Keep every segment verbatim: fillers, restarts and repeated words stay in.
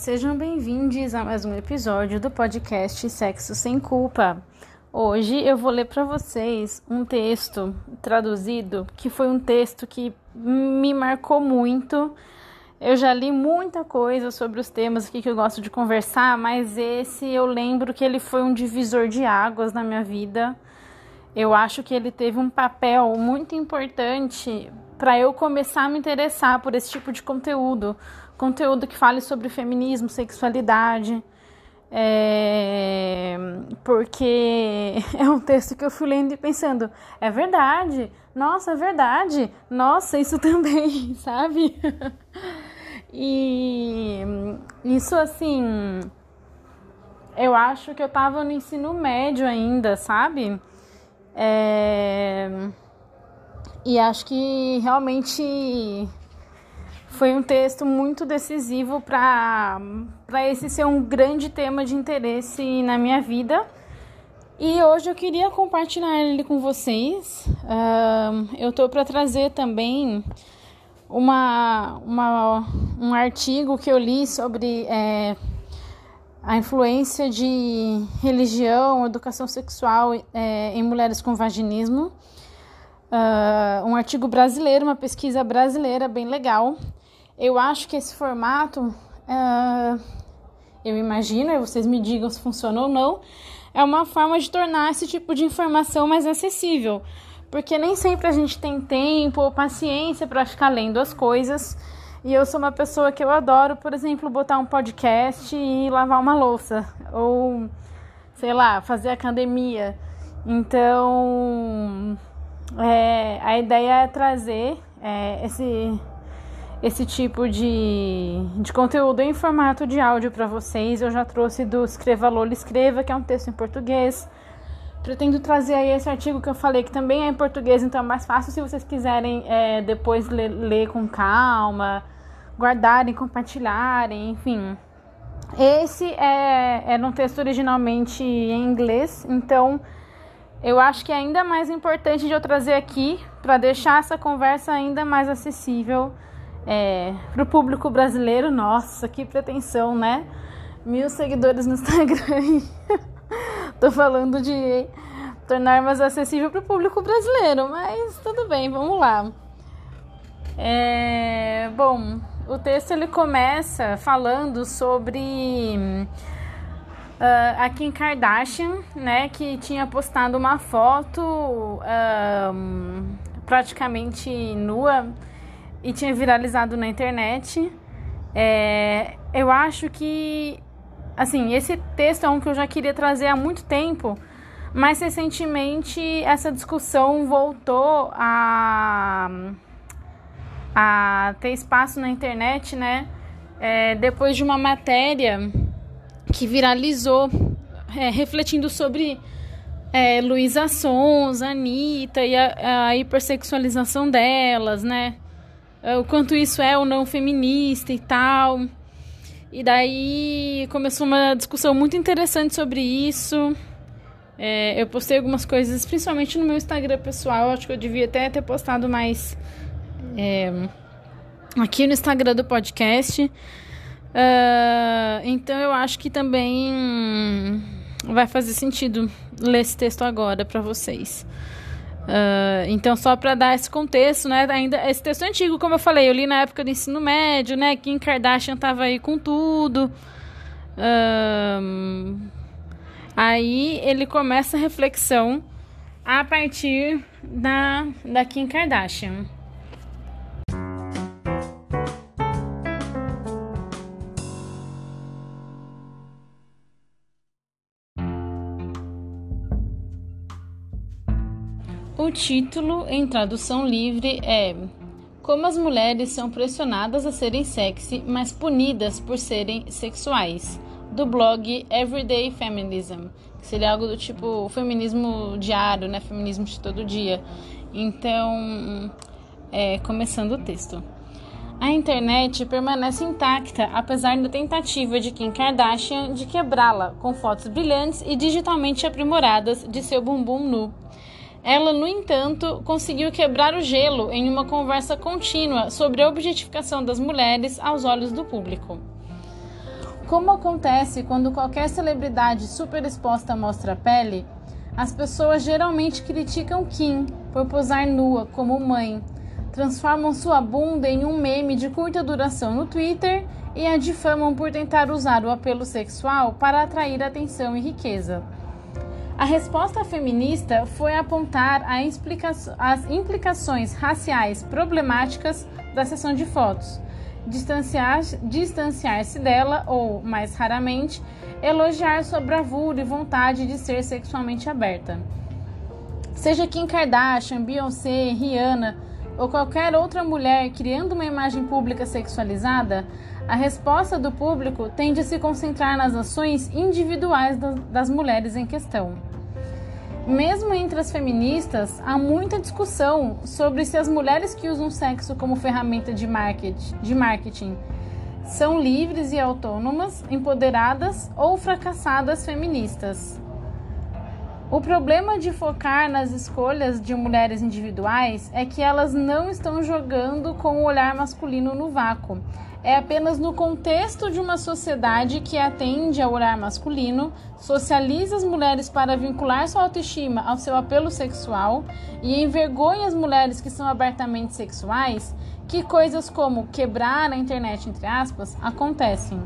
sejam bem-vindos a mais um episódio do podcast Sexo Sem Culpa. Hoje eu vou ler para vocês um texto traduzido, que foi um texto que me marcou muito. Eu já li muita coisa sobre os temas aqui que eu gosto de conversar, mas esse eu lembro que ele foi um divisor de águas na minha vida. Eu acho que ele teve um papel muito importante para eu começar a me interessar por esse tipo de conteúdo. Conteúdo que fale sobre feminismo, sexualidade, é... porque é um texto que eu fui lendo e pensando, é verdade, nossa, é verdade, nossa, isso também, sabe? E isso, assim, eu acho que eu tava no ensino médio ainda, sabe? É... E acho que realmente foi um texto muito decisivo para para esse ser um grande tema de interesse na minha vida. E hoje eu queria compartilhar ele com vocês. Uh, eu estou para trazer também uma, uma, um artigo que eu li sobre é, a influência de religião, educação sexual é, em mulheres com vaginismo. Uh, um artigo brasileiro, uma pesquisa brasileira bem legal. Eu acho que esse formato, uh, eu imagino, e vocês me digam se funciona ou não, é uma forma de tornar esse tipo de informação mais acessível, porque nem sempre a gente tem tempo ou paciência para ficar lendo as coisas, e eu sou uma pessoa que eu adoro, por exemplo, botar um podcast e lavar uma louça, ou, sei lá, fazer academia. Então, é, a ideia é trazer é, esse... esse tipo de, de conteúdo em formato de áudio para vocês. Eu já trouxe do Escreva Lola Escreva, que é um texto em português. Pretendo trazer aí esse artigo que eu falei, que também é em português, então é mais fácil se vocês quiserem é, depois ler, ler com calma, guardarem, compartilharem, enfim. Esse é, era um texto originalmente em inglês, então eu acho que é ainda mais importante de eu trazer aqui para deixar essa conversa ainda mais acessível É, pro público brasileiro. Nossa, que pretensão, né? Mil seguidores no Instagram. Tô falando de tornar mais acessível pro público brasileiro, mas tudo bem, vamos lá. É, bom, o texto ele começa falando sobre uh, a Kim Kardashian, né? Que tinha postado uma foto uh, praticamente nua e tinha viralizado na internet. É, eu acho que, assim, esse texto é um que eu já queria trazer há muito tempo, mas recentemente essa discussão voltou a, a ter espaço na internet, né? É, depois de uma matéria que viralizou, é, refletindo sobre é, Luísa Sonza, Anitta e a, a hipersexualização delas, né? O quanto isso é ou não feminista e tal. E daí começou uma discussão muito interessante sobre isso. É, eu postei algumas coisas, principalmente no meu Instagram pessoal. Acho que eu devia até ter postado mais é, aqui no Instagram do podcast. Uh, então eu acho que também vai fazer sentido ler esse texto agora para vocês. Uh, então, só para dar esse contexto, né? Ainda, esse texto é antigo, como eu falei, eu li na época do ensino médio, né? Kim Kardashian tava aí com tudo. Uh, aí ele começa a reflexão a partir da, da Kim Kardashian. O título, em tradução livre, é Como as mulheres são pressionadas a serem sexy, mas punidas por serem sexuais, do blog Everyday Feminism, que seria algo do tipo feminismo diário, né? Feminismo de todo dia. Então, é, começando o texto. A internet permanece intacta, apesar da tentativa de Kim Kardashian de quebrá-la com fotos brilhantes e digitalmente aprimoradas de seu bumbum nu. Ela, no entanto, conseguiu quebrar o gelo em uma conversa contínua sobre a objetificação das mulheres aos olhos do público. Como acontece quando qualquer celebridade super exposta mostra a pele, as pessoas geralmente criticam Kim por posar nua como mãe, transformam sua bunda em um meme de curta duração no Twitter e a difamam por tentar usar o apelo sexual para atrair atenção e riqueza. A resposta feminista foi apontar as implicações raciais problemáticas da sessão de fotos, distanciar, distanciar-se dela ou, mais raramente, elogiar sua bravura e vontade de ser sexualmente aberta. Seja Kim Kardashian, Beyoncé, Rihanna ou qualquer outra mulher criando uma imagem pública sexualizada, a resposta do público tende a se concentrar nas ações individuais das mulheres em questão. Mesmo entre as feministas, há muita discussão sobre se as mulheres que usam o sexo como ferramenta de marketing, de marketing são livres e autônomas, empoderadas ou fracassadas feministas. O problema de focar nas escolhas de mulheres individuais é que elas não estão jogando com o olhar masculino no vácuo. É apenas no contexto de uma sociedade que atende ao olhar masculino, socializa as mulheres para vincular sua autoestima ao seu apelo sexual e envergonha as mulheres que são abertamente sexuais, que coisas como quebrar a internet, entre aspas, acontecem.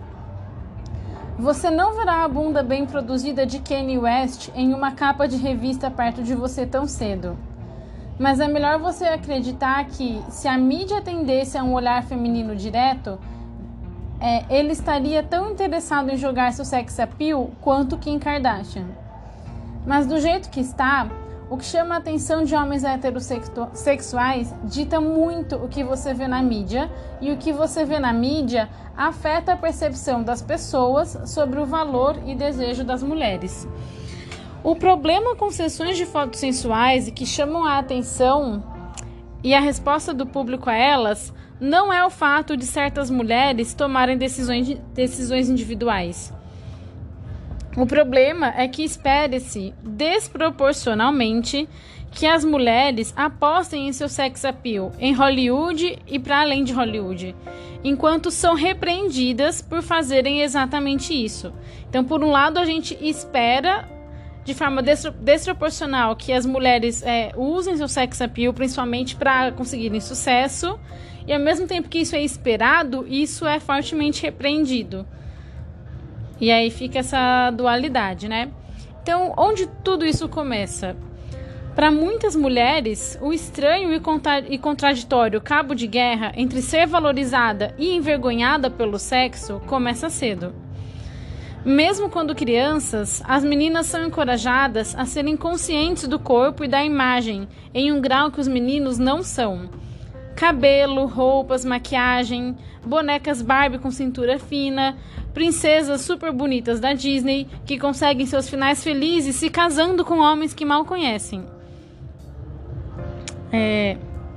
Você não verá a bunda bem produzida de Kanye West em uma capa de revista perto de você tão cedo. Mas é melhor você acreditar que, se a mídia atendesse a um olhar feminino direto, é, ele estaria tão interessado em jogar seu sex appeal quanto Kim Kardashian. Mas do jeito que está, o que chama a atenção de homens heterossexuais dita muito o que você vê na mídia, e o que você vê na mídia afeta a percepção das pessoas sobre o valor e desejo das mulheres. O problema com sessões de fotos sensuais e que chamam a atenção e a resposta do público a elas não é o fato de certas mulheres tomarem decisões, decisões individuais. O problema é que espere-se desproporcionalmente que as mulheres apostem em seu sex appeal em Hollywood e para além de Hollywood, enquanto são repreendidas por fazerem exatamente isso. Então, por um lado, a gente espera de forma desproporcional que as mulheres é, usem seu sex appeal principalmente para conseguirem sucesso, e ao mesmo tempo que isso é esperado, isso é fortemente repreendido. E aí fica essa dualidade, né? Então, onde tudo isso começa? Para muitas mulheres, o estranho e contraditório cabo de guerra entre ser valorizada e envergonhada pelo sexo começa cedo. Mesmo quando crianças, as meninas são encorajadas a serem conscientes do corpo e da imagem, em um grau que os meninos não são. Cabelo, roupas, maquiagem, bonecas Barbie com cintura fina, princesas super bonitas da Disney que conseguem seus finais felizes se casando com homens que mal conhecem. É...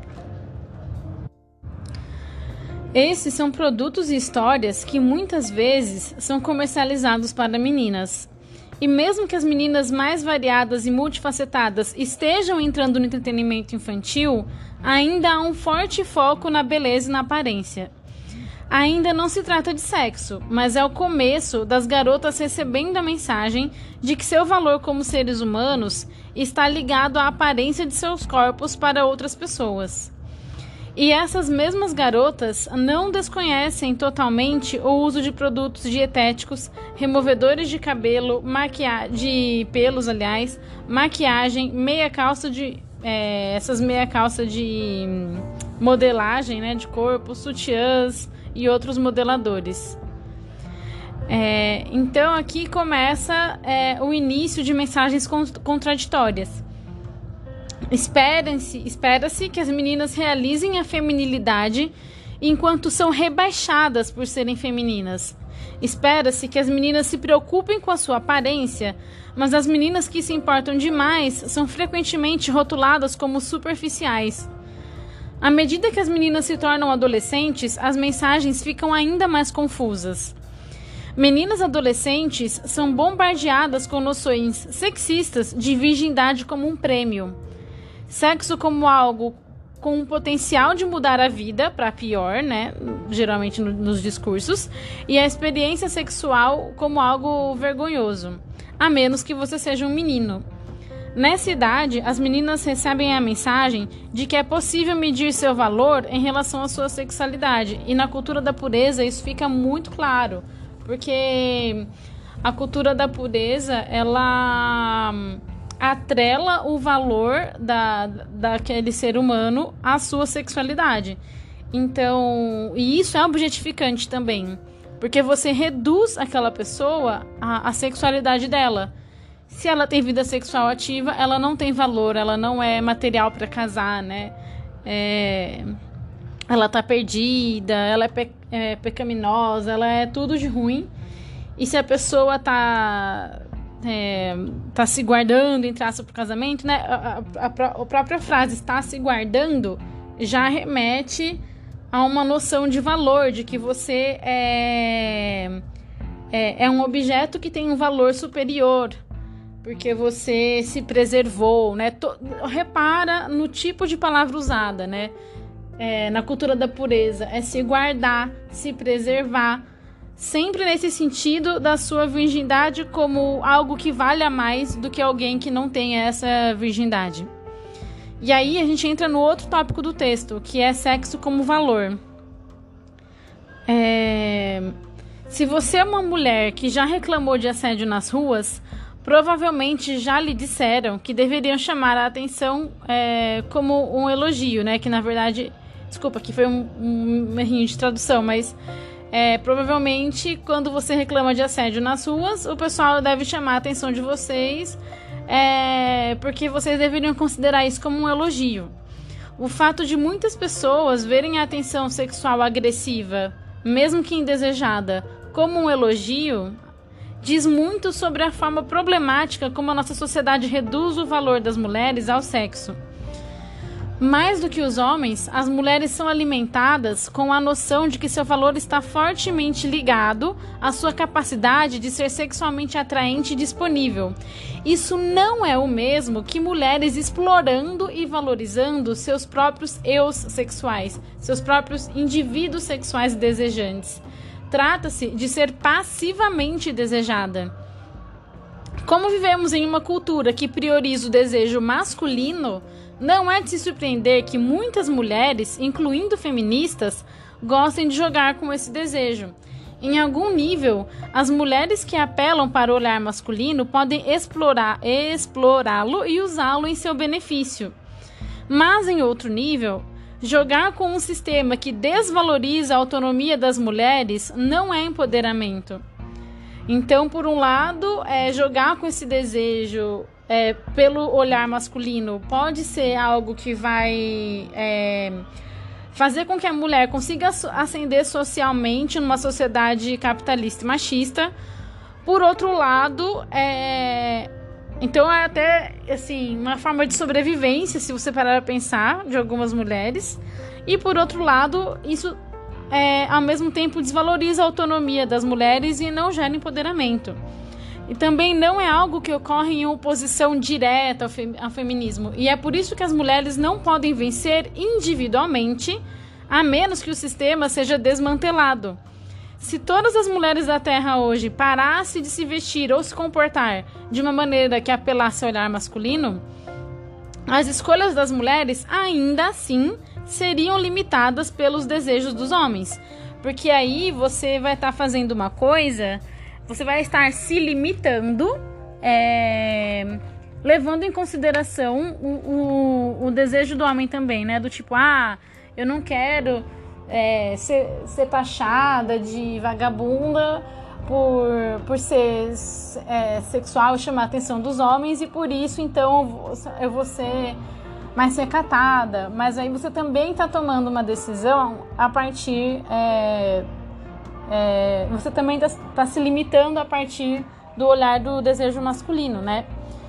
Esses são produtos e histórias que muitas vezes são comercializados para meninas. E mesmo que as meninas mais variadas e multifacetadas estejam entrando no entretenimento infantil, ainda há um forte foco na beleza e na aparência. Ainda não se trata de sexo, mas é o começo das garotas recebendo a mensagem de que seu valor como seres humanos está ligado à aparência de seus corpos para outras pessoas. E essas mesmas garotas não desconhecem totalmente o uso de produtos dietéticos, removedores de cabelo, maquia... de pelos, aliás, maquiagem, meia calça de é, essas meia calça de modelagem, né, de corpo, sutiãs e outros modeladores. É, então aqui começa é, o início de mensagens contraditórias. Espera-se, espera-se que as meninas realizem a feminilidade enquanto são rebaixadas por serem femininas. Espera-se que as meninas se preocupem com a sua aparência, mas as meninas que se importam demais são frequentemente rotuladas como superficiais. À medida que as meninas se tornam adolescentes, as mensagens ficam ainda mais confusas. Meninas adolescentes são bombardeadas com noções sexistas de virgindade como um prêmio, sexo como algo com o potencial de mudar a vida para pior, né? Geralmente no, nos discursos, e a experiência sexual como algo vergonhoso, a menos que você seja um menino. Nessa idade, as meninas recebem a mensagem de que é possível medir seu valor em relação à sua sexualidade, e na cultura da pureza isso fica muito claro, porque a cultura da pureza, ela atrela o valor da, daquele ser humano à sua sexualidade. Então, e isso é objetificante também, porque você reduz aquela pessoa à, à sexualidade dela. Se ela tem vida sexual ativa, ela não tem valor, ela não é material para casar, né? É, ela tá perdida, ela é, pe, é pecaminosa, ela é tudo de ruim. E se a pessoa tá... É, tá se guardando, entre aspas, pro casamento, né? A, a, a, a própria frase "está se guardando" já remete a uma noção de valor, de que você é, é, é um objeto que tem um valor superior, porque você se preservou, né? To, repara no tipo de palavra usada, né? É, na cultura da pureza, é se guardar, se preservar, sempre nesse sentido da sua virgindade como algo que valha mais do que alguém que não tenha essa virgindade. E aí a gente entra no outro tópico do texto, que é sexo como valor. É... Se você é uma mulher que já reclamou de assédio nas ruas, provavelmente já lhe disseram que deveriam chamar a atenção é, como um elogio, né? Que na verdade, desculpa, aqui foi um, um errinho de tradução, mas É, provavelmente, quando você reclama de assédio nas ruas, o pessoal deve chamar a atenção de vocês, é, porque vocês deveriam considerar isso como um elogio. O fato de muitas pessoas verem a atenção sexual agressiva, mesmo que indesejada, como um elogio, diz muito sobre a forma problemática como a nossa sociedade reduz o valor das mulheres ao sexo. Mais do que os homens, as mulheres são alimentadas com a noção de que seu valor está fortemente ligado à sua capacidade de ser sexualmente atraente e disponível. Isso não é o mesmo que mulheres explorando e valorizando seus próprios eus sexuais, seus próprios indivíduos sexuais desejantes. Trata-se de ser passivamente desejada. Como vivemos em uma cultura que prioriza o desejo masculino, não é de se surpreender que muitas mulheres, incluindo feministas, gostem de jogar com esse desejo. Em algum nível, as mulheres que apelam para o olhar masculino podem explorar, explorá-lo e usá-lo em seu benefício. Mas, em outro nível, jogar com um sistema que desvaloriza a autonomia das mulheres não é empoderamento. Então, por um lado, é, jogar com esse desejo É, pelo olhar masculino pode ser algo que vai é, fazer com que a mulher consiga ascender socialmente numa sociedade capitalista e machista. Por outro lado, é, então é até assim, uma forma de sobrevivência, se você parar a pensar, de algumas mulheres. E por outro lado, isso é, ao mesmo tempo desvaloriza a autonomia das mulheres e não gera empoderamento. E também não é algo que ocorre em oposição direta ao, fem- ao feminismo. E é por isso que as mulheres não podem vencer individualmente, a menos que o sistema seja desmantelado. Se todas as mulheres da Terra hoje parassem de se vestir ou se comportar de uma maneira que apelasse ao olhar masculino, as escolhas das mulheres ainda assim seriam limitadas pelos desejos dos homens. Porque aí você vai estar fazendo uma coisa... Você vai estar se limitando, é, levando em consideração o, o, o desejo do homem também, né? Do tipo, ah, eu não quero é, ser, ser taxada de vagabunda por, por ser é, sexual e chamar a atenção dos homens, e por isso, então, eu vou, eu vou ser mais recatada. Mas aí você também está tomando uma decisão a partir... É, É, você também está tá se limitando a partir do olhar do desejo masculino, né?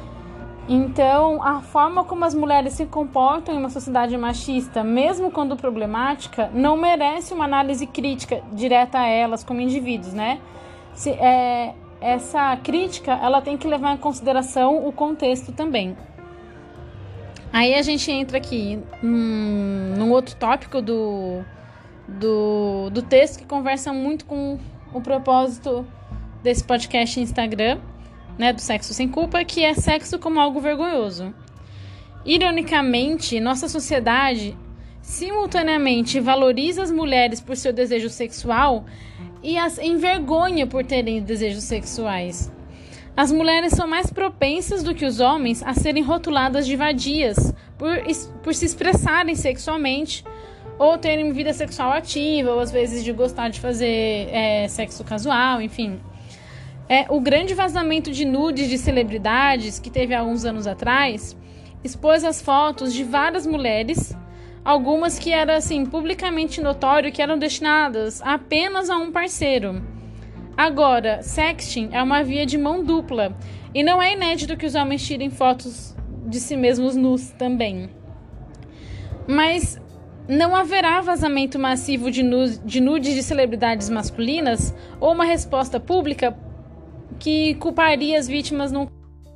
Então, a forma como as mulheres se comportam em uma sociedade machista, mesmo quando problemática, não merece uma análise crítica direta a elas como indivíduos, né? Se, é, essa crítica, ela tem que levar em consideração o contexto também. Aí a gente entra aqui num, num outro tópico do, do, do texto que conversa muito com o propósito desse podcast Instagram, né, do Sexo Sem Culpa, que é sexo como algo vergonhoso. Ironicamente, nossa sociedade simultaneamente valoriza as mulheres por seu desejo sexual e as envergonha por terem desejos sexuais. As mulheres são mais propensas do que os homens a serem rotuladas de vadias por, por se expressarem sexualmente ou terem vida sexual ativa, ou às vezes de gostar de fazer é, sexo casual, enfim. É, o grande vazamento de nudes de celebridades que teve há uns anos atrás expôs as fotos de várias mulheres, algumas que era assim, publicamente notório que eram destinadas apenas a um parceiro. Agora, sexting é uma via de mão dupla e não é inédito que os homens tirem fotos de si mesmos nus também. Mas não haverá vazamento massivo de, nu- de nudes de celebridades masculinas ou uma resposta pública que culparia as vítimas num...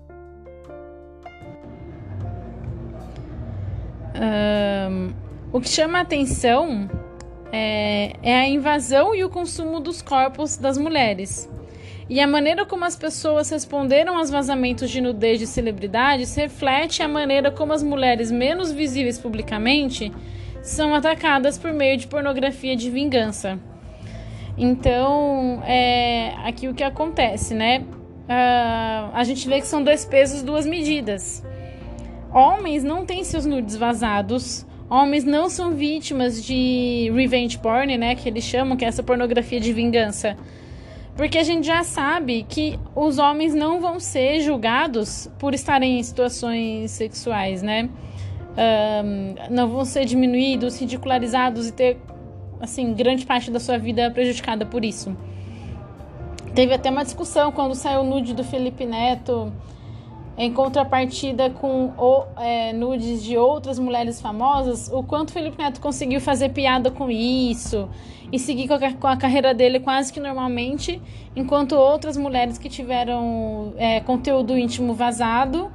Um, o que chama a atenção É, é a invasão e o consumo dos corpos das mulheres. E a maneira como as pessoas responderam aos vazamentos de nudez de celebridades reflete a maneira como as mulheres menos visíveis publicamente são atacadas por meio de pornografia de vingança. Então, é aqui o que acontece, né? Uh, a gente vê que são dois pesos, duas medidas. Homens não têm seus nudes vazados. Homens não são vítimas de revenge porn, né, que eles chamam, que é essa pornografia de vingança. Porque a gente já sabe que os homens não vão ser julgados por estarem em situações sexuais, né? Um, não vão ser diminuídos, ridicularizados e ter, assim, grande parte da sua vida prejudicada por isso. Teve até uma discussão quando saiu o nude do Felipe Neto, em contrapartida com o, é, nudes de outras mulheres famosas, o quanto o Felipe Neto conseguiu fazer piada com isso e seguir com a, com a carreira dele quase que normalmente, enquanto outras mulheres que tiveram é, conteúdo íntimo vazado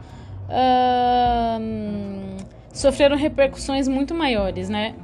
uh, sofreram repercussões muito maiores, né?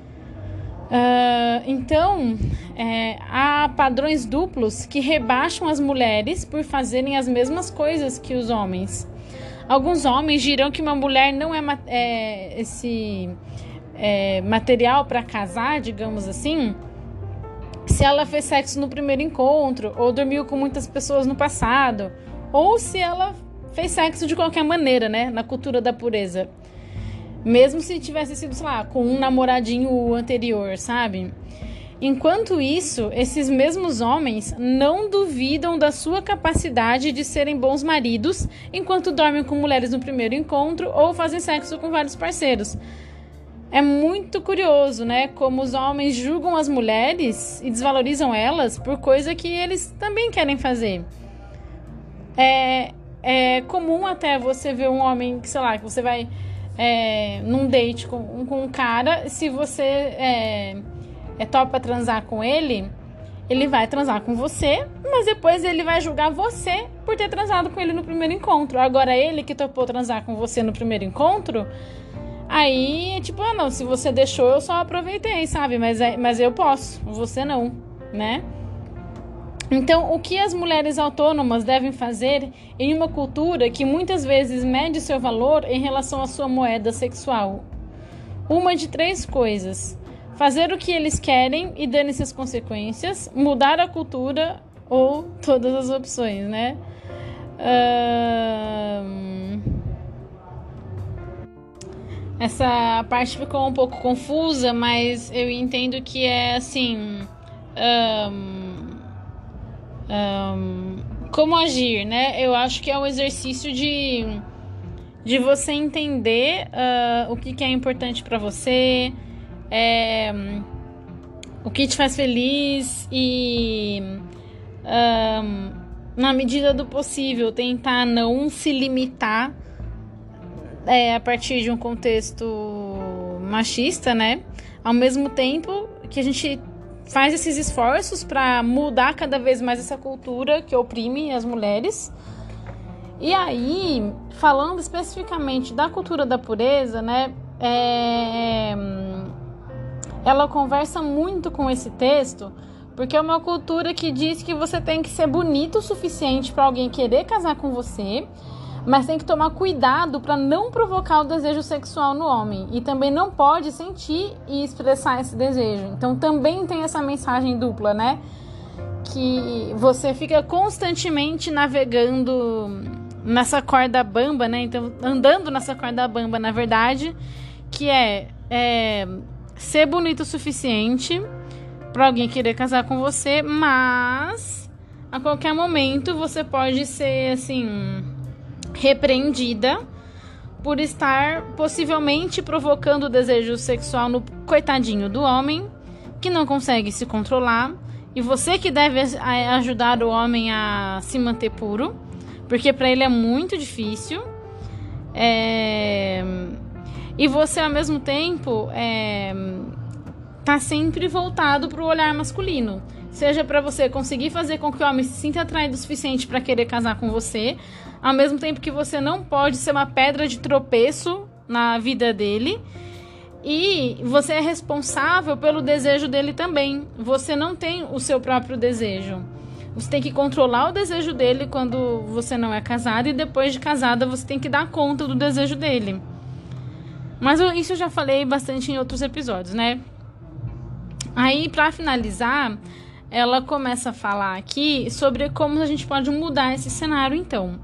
Uh, então, é, há padrões duplos que rebaixam as mulheres por fazerem as mesmas coisas que os homens. Alguns homens dirão que uma mulher não é, é esse é, material para casar, digamos assim, se ela fez sexo no primeiro encontro, ou dormiu com muitas pessoas no passado, ou se ela fez sexo de qualquer maneira, né, na cultura da pureza. Mesmo se tivesse sido, sei lá, com um namoradinho anterior, sabe? Enquanto isso, esses mesmos homens não duvidam da sua capacidade de serem bons maridos enquanto dormem com mulheres no primeiro encontro ou fazem sexo com vários parceiros. É muito curioso, né? Como os homens julgam as mulheres e desvalorizam elas por coisa que eles também querem fazer. É, é comum até você ver um homem, sei lá, que você vai... É, num date com, com um cara, se você é, é topa transar com ele, ele vai transar com você, mas depois ele vai julgar você por ter transado com ele no primeiro encontro. Agora ele que topou transar com você no primeiro encontro, aí é tipo, ah não, se você deixou eu só aproveitei, sabe, mas, é, mas eu posso, você não, né? Então, o que as mulheres autônomas devem fazer em uma cultura que muitas vezes mede seu valor em relação à sua moeda sexual? Uma de três coisas: fazer o que eles querem e dane-se as consequências, mudar a cultura ou todas as opções, né? Um... Essa parte ficou um pouco confusa, mas eu entendo que é assim... Um... Um, como agir, né? Eu acho que é um exercício de, de você entender uh, o que, que é importante para você, é, o que te faz feliz e, um, na medida do possível, tentar não se limitar é, a partir de um contexto machista, né? Ao mesmo tempo que a gente faz esses esforços para mudar cada vez mais essa cultura que oprime as mulheres E aí, falando especificamente da cultura da pureza, né, é, ela conversa muito com esse texto, porque é uma cultura que diz que você tem que ser bonito o suficiente para alguém querer casar com você, mas tem que tomar cuidado para não provocar o desejo sexual no homem. E também não pode sentir e expressar esse desejo. Então também tem essa mensagem dupla, né? Que você fica constantemente navegando nessa corda bamba, né? Então, andando nessa corda bamba, na verdade, que é, é ser bonito o suficiente para alguém querer casar com você, mas a qualquer momento você pode ser, assim, repreendida por estar possivelmente provocando o desejo sexual no coitadinho do homem, que não consegue se controlar, e você que deve ajudar o homem a se manter puro, porque para ele é muito difícil. É... E você, ao mesmo tempo, é... tá sempre voltado para o olhar masculino. Seja para você conseguir fazer com que o homem se sinta atraído o suficiente para querer casar com você, ao mesmo tempo que você não pode ser uma pedra de tropeço na vida dele, e você é responsável pelo desejo dele também. Você não tem o seu próprio desejo. Você tem que controlar o desejo dele quando você não é casada, e depois de casada você tem que dar conta do desejo dele. Mas isso eu já falei bastante em outros episódios, né? Aí, para finalizar, ela começa a falar aqui sobre como a gente pode mudar esse cenário, então.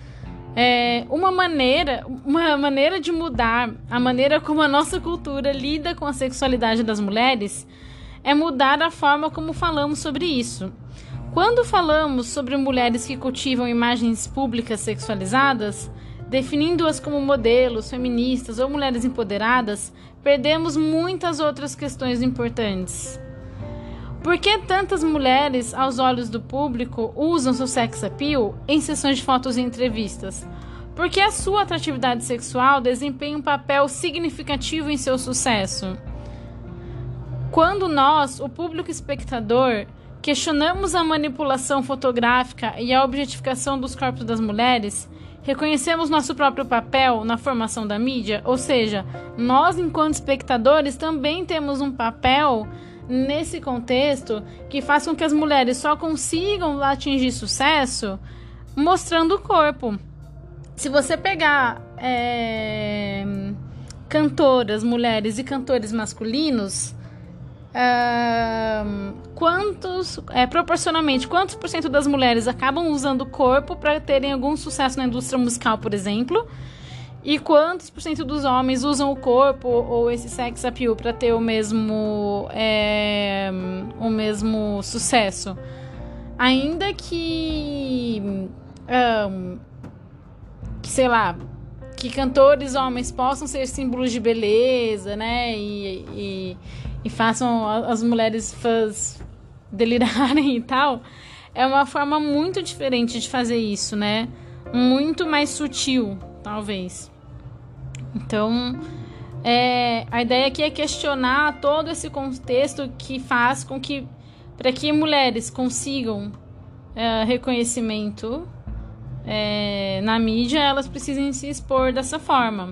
É uma maneira, uma maneira de mudar a maneira como a nossa cultura lida com a sexualidade das mulheres é mudar a forma como falamos sobre isso. Quando falamos sobre mulheres que cultivam imagens públicas sexualizadas, definindo-as como modelos, feministas ou mulheres empoderadas, perdemos muitas outras questões importantes. Por que tantas mulheres, aos olhos do público, usam seu sex appeal em sessões de fotos e entrevistas? Porque a sua atratividade sexual desempenha um papel significativo em seu sucesso. Quando nós, o público espectador, questionamos a manipulação fotográfica e a objetificação dos corpos das mulheres, reconhecemos nosso próprio papel na formação da mídia, ou seja, nós, enquanto espectadores, também temos um papel nesse contexto que faz com que as mulheres só consigam atingir sucesso mostrando o corpo. Se você pegar é, cantoras, mulheres e cantores masculinos, é, quantos, é, proporcionalmente, quantos por cento das mulheres acabam usando o corpo para terem algum sucesso na indústria musical, por exemplo? E quantos por cento dos homens usam o corpo ou esse sex appeal para ter o mesmo, é, o mesmo sucesso? Ainda que, um, que, sei lá, que cantores homens possam ser símbolos de beleza, né? E, e, e façam as mulheres fãs delirarem e tal, é uma forma muito diferente de fazer isso, né? Muito mais sutil, talvez. Então, é, a ideia aqui é questionar todo esse contexto que faz com que, para que mulheres consigam é, reconhecimento é, na mídia, elas precisem se expor dessa forma.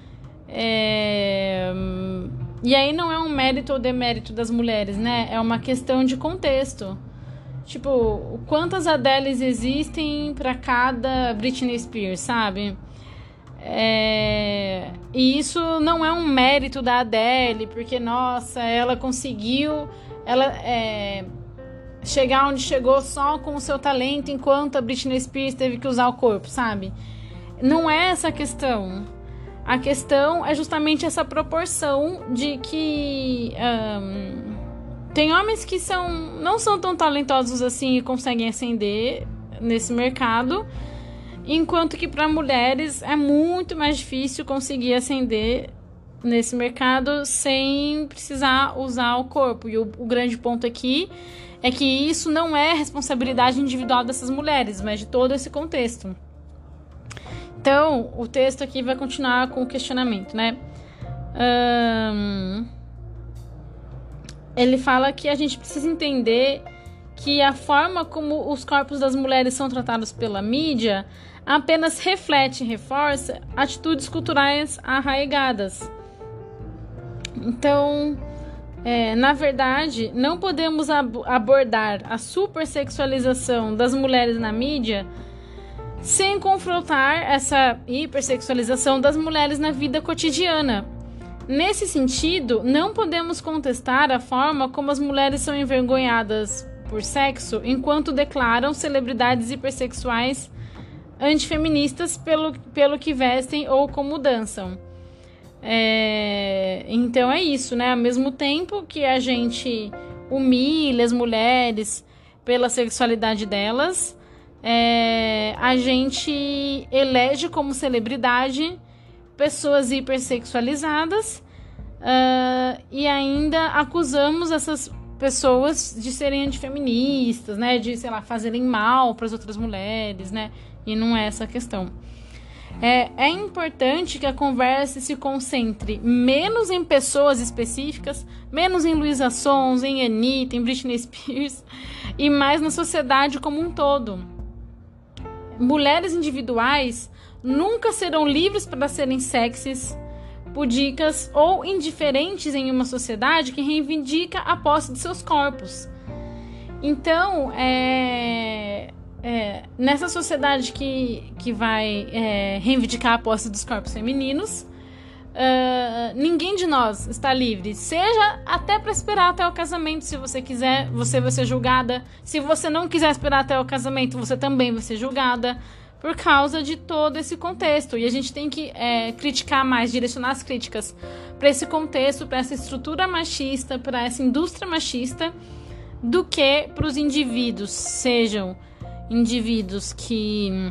É, e aí não é um mérito ou demérito das mulheres, né? É uma questão de contexto. Tipo, quantas Adeles existem para cada Britney Spears, sabe? É, e isso não é um mérito da Adele, porque, nossa, ela conseguiu ela, é, chegar onde chegou só com o seu talento, enquanto a Britney Spears teve que usar o corpo, sabe? Não é essa a questão. A questão é justamente essa proporção de que um, tem homens que são, não são tão talentosos assim e conseguem ascender nesse mercado, enquanto que para mulheres é muito mais difícil conseguir ascender nesse mercado sem precisar usar o corpo. E o, o grande ponto aqui é que isso não é responsabilidade individual dessas mulheres, mas de todo esse contexto. Então, o texto aqui vai continuar com o questionamento, né? Um, ele fala que a gente precisa entender que a forma como os corpos das mulheres são tratados pela mídia apenas reflete e reforça atitudes culturais arraigadas. Então, é, na verdade, não podemos ab- abordar a supersexualização das mulheres na mídia sem confrontar essa hipersexualização das mulheres na vida cotidiana. Nesse sentido, não podemos contestar a forma como as mulheres são envergonhadas por sexo enquanto declaram celebridades hipersexuais antifeministas pelo, pelo que vestem ou como dançam. É, então é isso, né? Ao mesmo tempo que a gente humilha as mulheres pela sexualidade delas, é, a gente elege como celebridade pessoas hipersexualizadas uh, e ainda acusamos essas pessoas de serem antifeministas, né? De, sei lá, fazerem mal para as outras mulheres, né? E não é essa a questão. É, é importante que a conversa se concentre menos em pessoas específicas, menos em Luísa Sons, em Anitta, em Britney Spears, e mais na sociedade como um todo. Mulheres individuais nunca serão livres para serem sexys, pudicas ou indiferentes em uma sociedade que reivindica a posse de seus corpos. Então, é... É, nessa sociedade que, que vai é, reivindicar a posse dos corpos femininos, uh, ninguém de nós está livre, seja até para esperar até o casamento. Se você quiser, você vai ser julgada. Se você não quiser esperar até o casamento, você também vai ser julgada, por causa de todo esse contexto. E a gente tem que é, criticar mais, direcionar as críticas para esse contexto, para essa estrutura machista, para essa indústria machista, do que para os indivíduos, sejam indivíduos que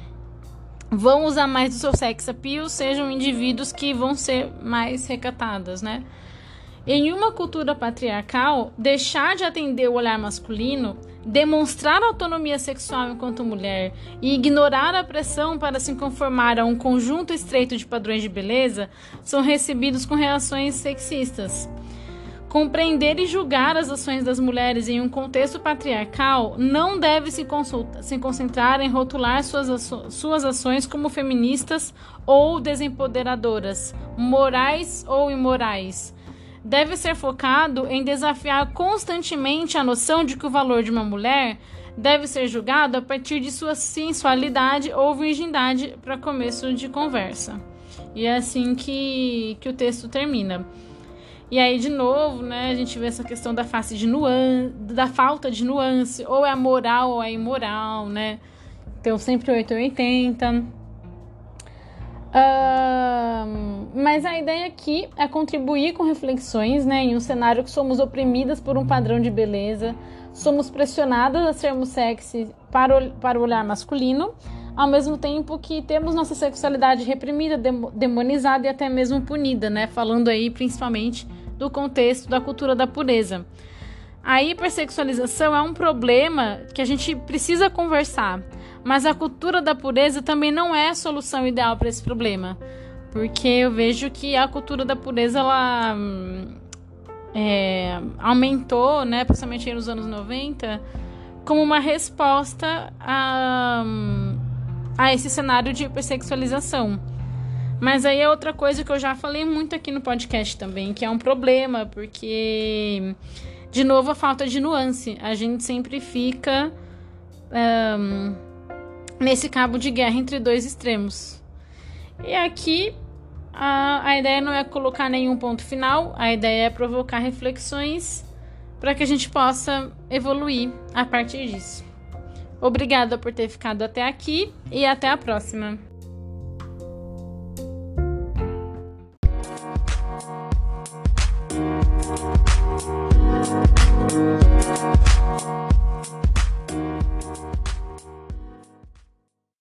vão usar mais do seu sex appeal, sejam indivíduos que vão ser mais recatadas, né? Em uma cultura patriarcal, deixar de atender o olhar masculino, demonstrar autonomia sexual enquanto mulher e ignorar a pressão para se conformar a um conjunto estreito de padrões de beleza são recebidos com reações sexistas. Compreender e julgar as ações das mulheres em um contexto patriarcal não deve se, consulta, se concentrar em rotular suas, aço, suas ações como feministas ou desempoderadoras, morais ou imorais. Deve ser focado em desafiar constantemente a noção de que o valor de uma mulher deve ser julgado a partir de sua sensualidade ou virgindade, para começo de conversa. E é assim que, que o texto termina. E aí, de novo, né, a gente vê essa questão da face de nuance, da falta de nuance, ou é moral ou é imoral, né? Então, sempre oito ou oitenta. Uh, mas a ideia aqui é contribuir com reflexões, né, em um cenário que somos oprimidas por um padrão de beleza, somos pressionadas a sermos sexy para o, para o olhar masculino, ao mesmo tempo que temos nossa sexualidade reprimida, demonizada e até mesmo punida, né? Falando aí principalmente do contexto da cultura da pureza. A hipersexualização é um problema que a gente precisa conversar, mas a cultura da pureza também não é a solução ideal para esse problema, porque eu vejo que a cultura da pureza ela é, aumentou, né, principalmente aí nos anos noventa, como uma resposta a a esse cenário de hipersexualização. Mas aí é outra coisa que eu já falei muito aqui no podcast também, que é um problema, porque, de novo, a falta de nuance. A gente sempre fica um, nesse cabo de guerra entre dois extremos. E aqui, a, a ideia não é colocar nenhum ponto final, a ideia é provocar reflexões para que a gente possa evoluir a partir disso. Obrigada por ter ficado até aqui e até a próxima.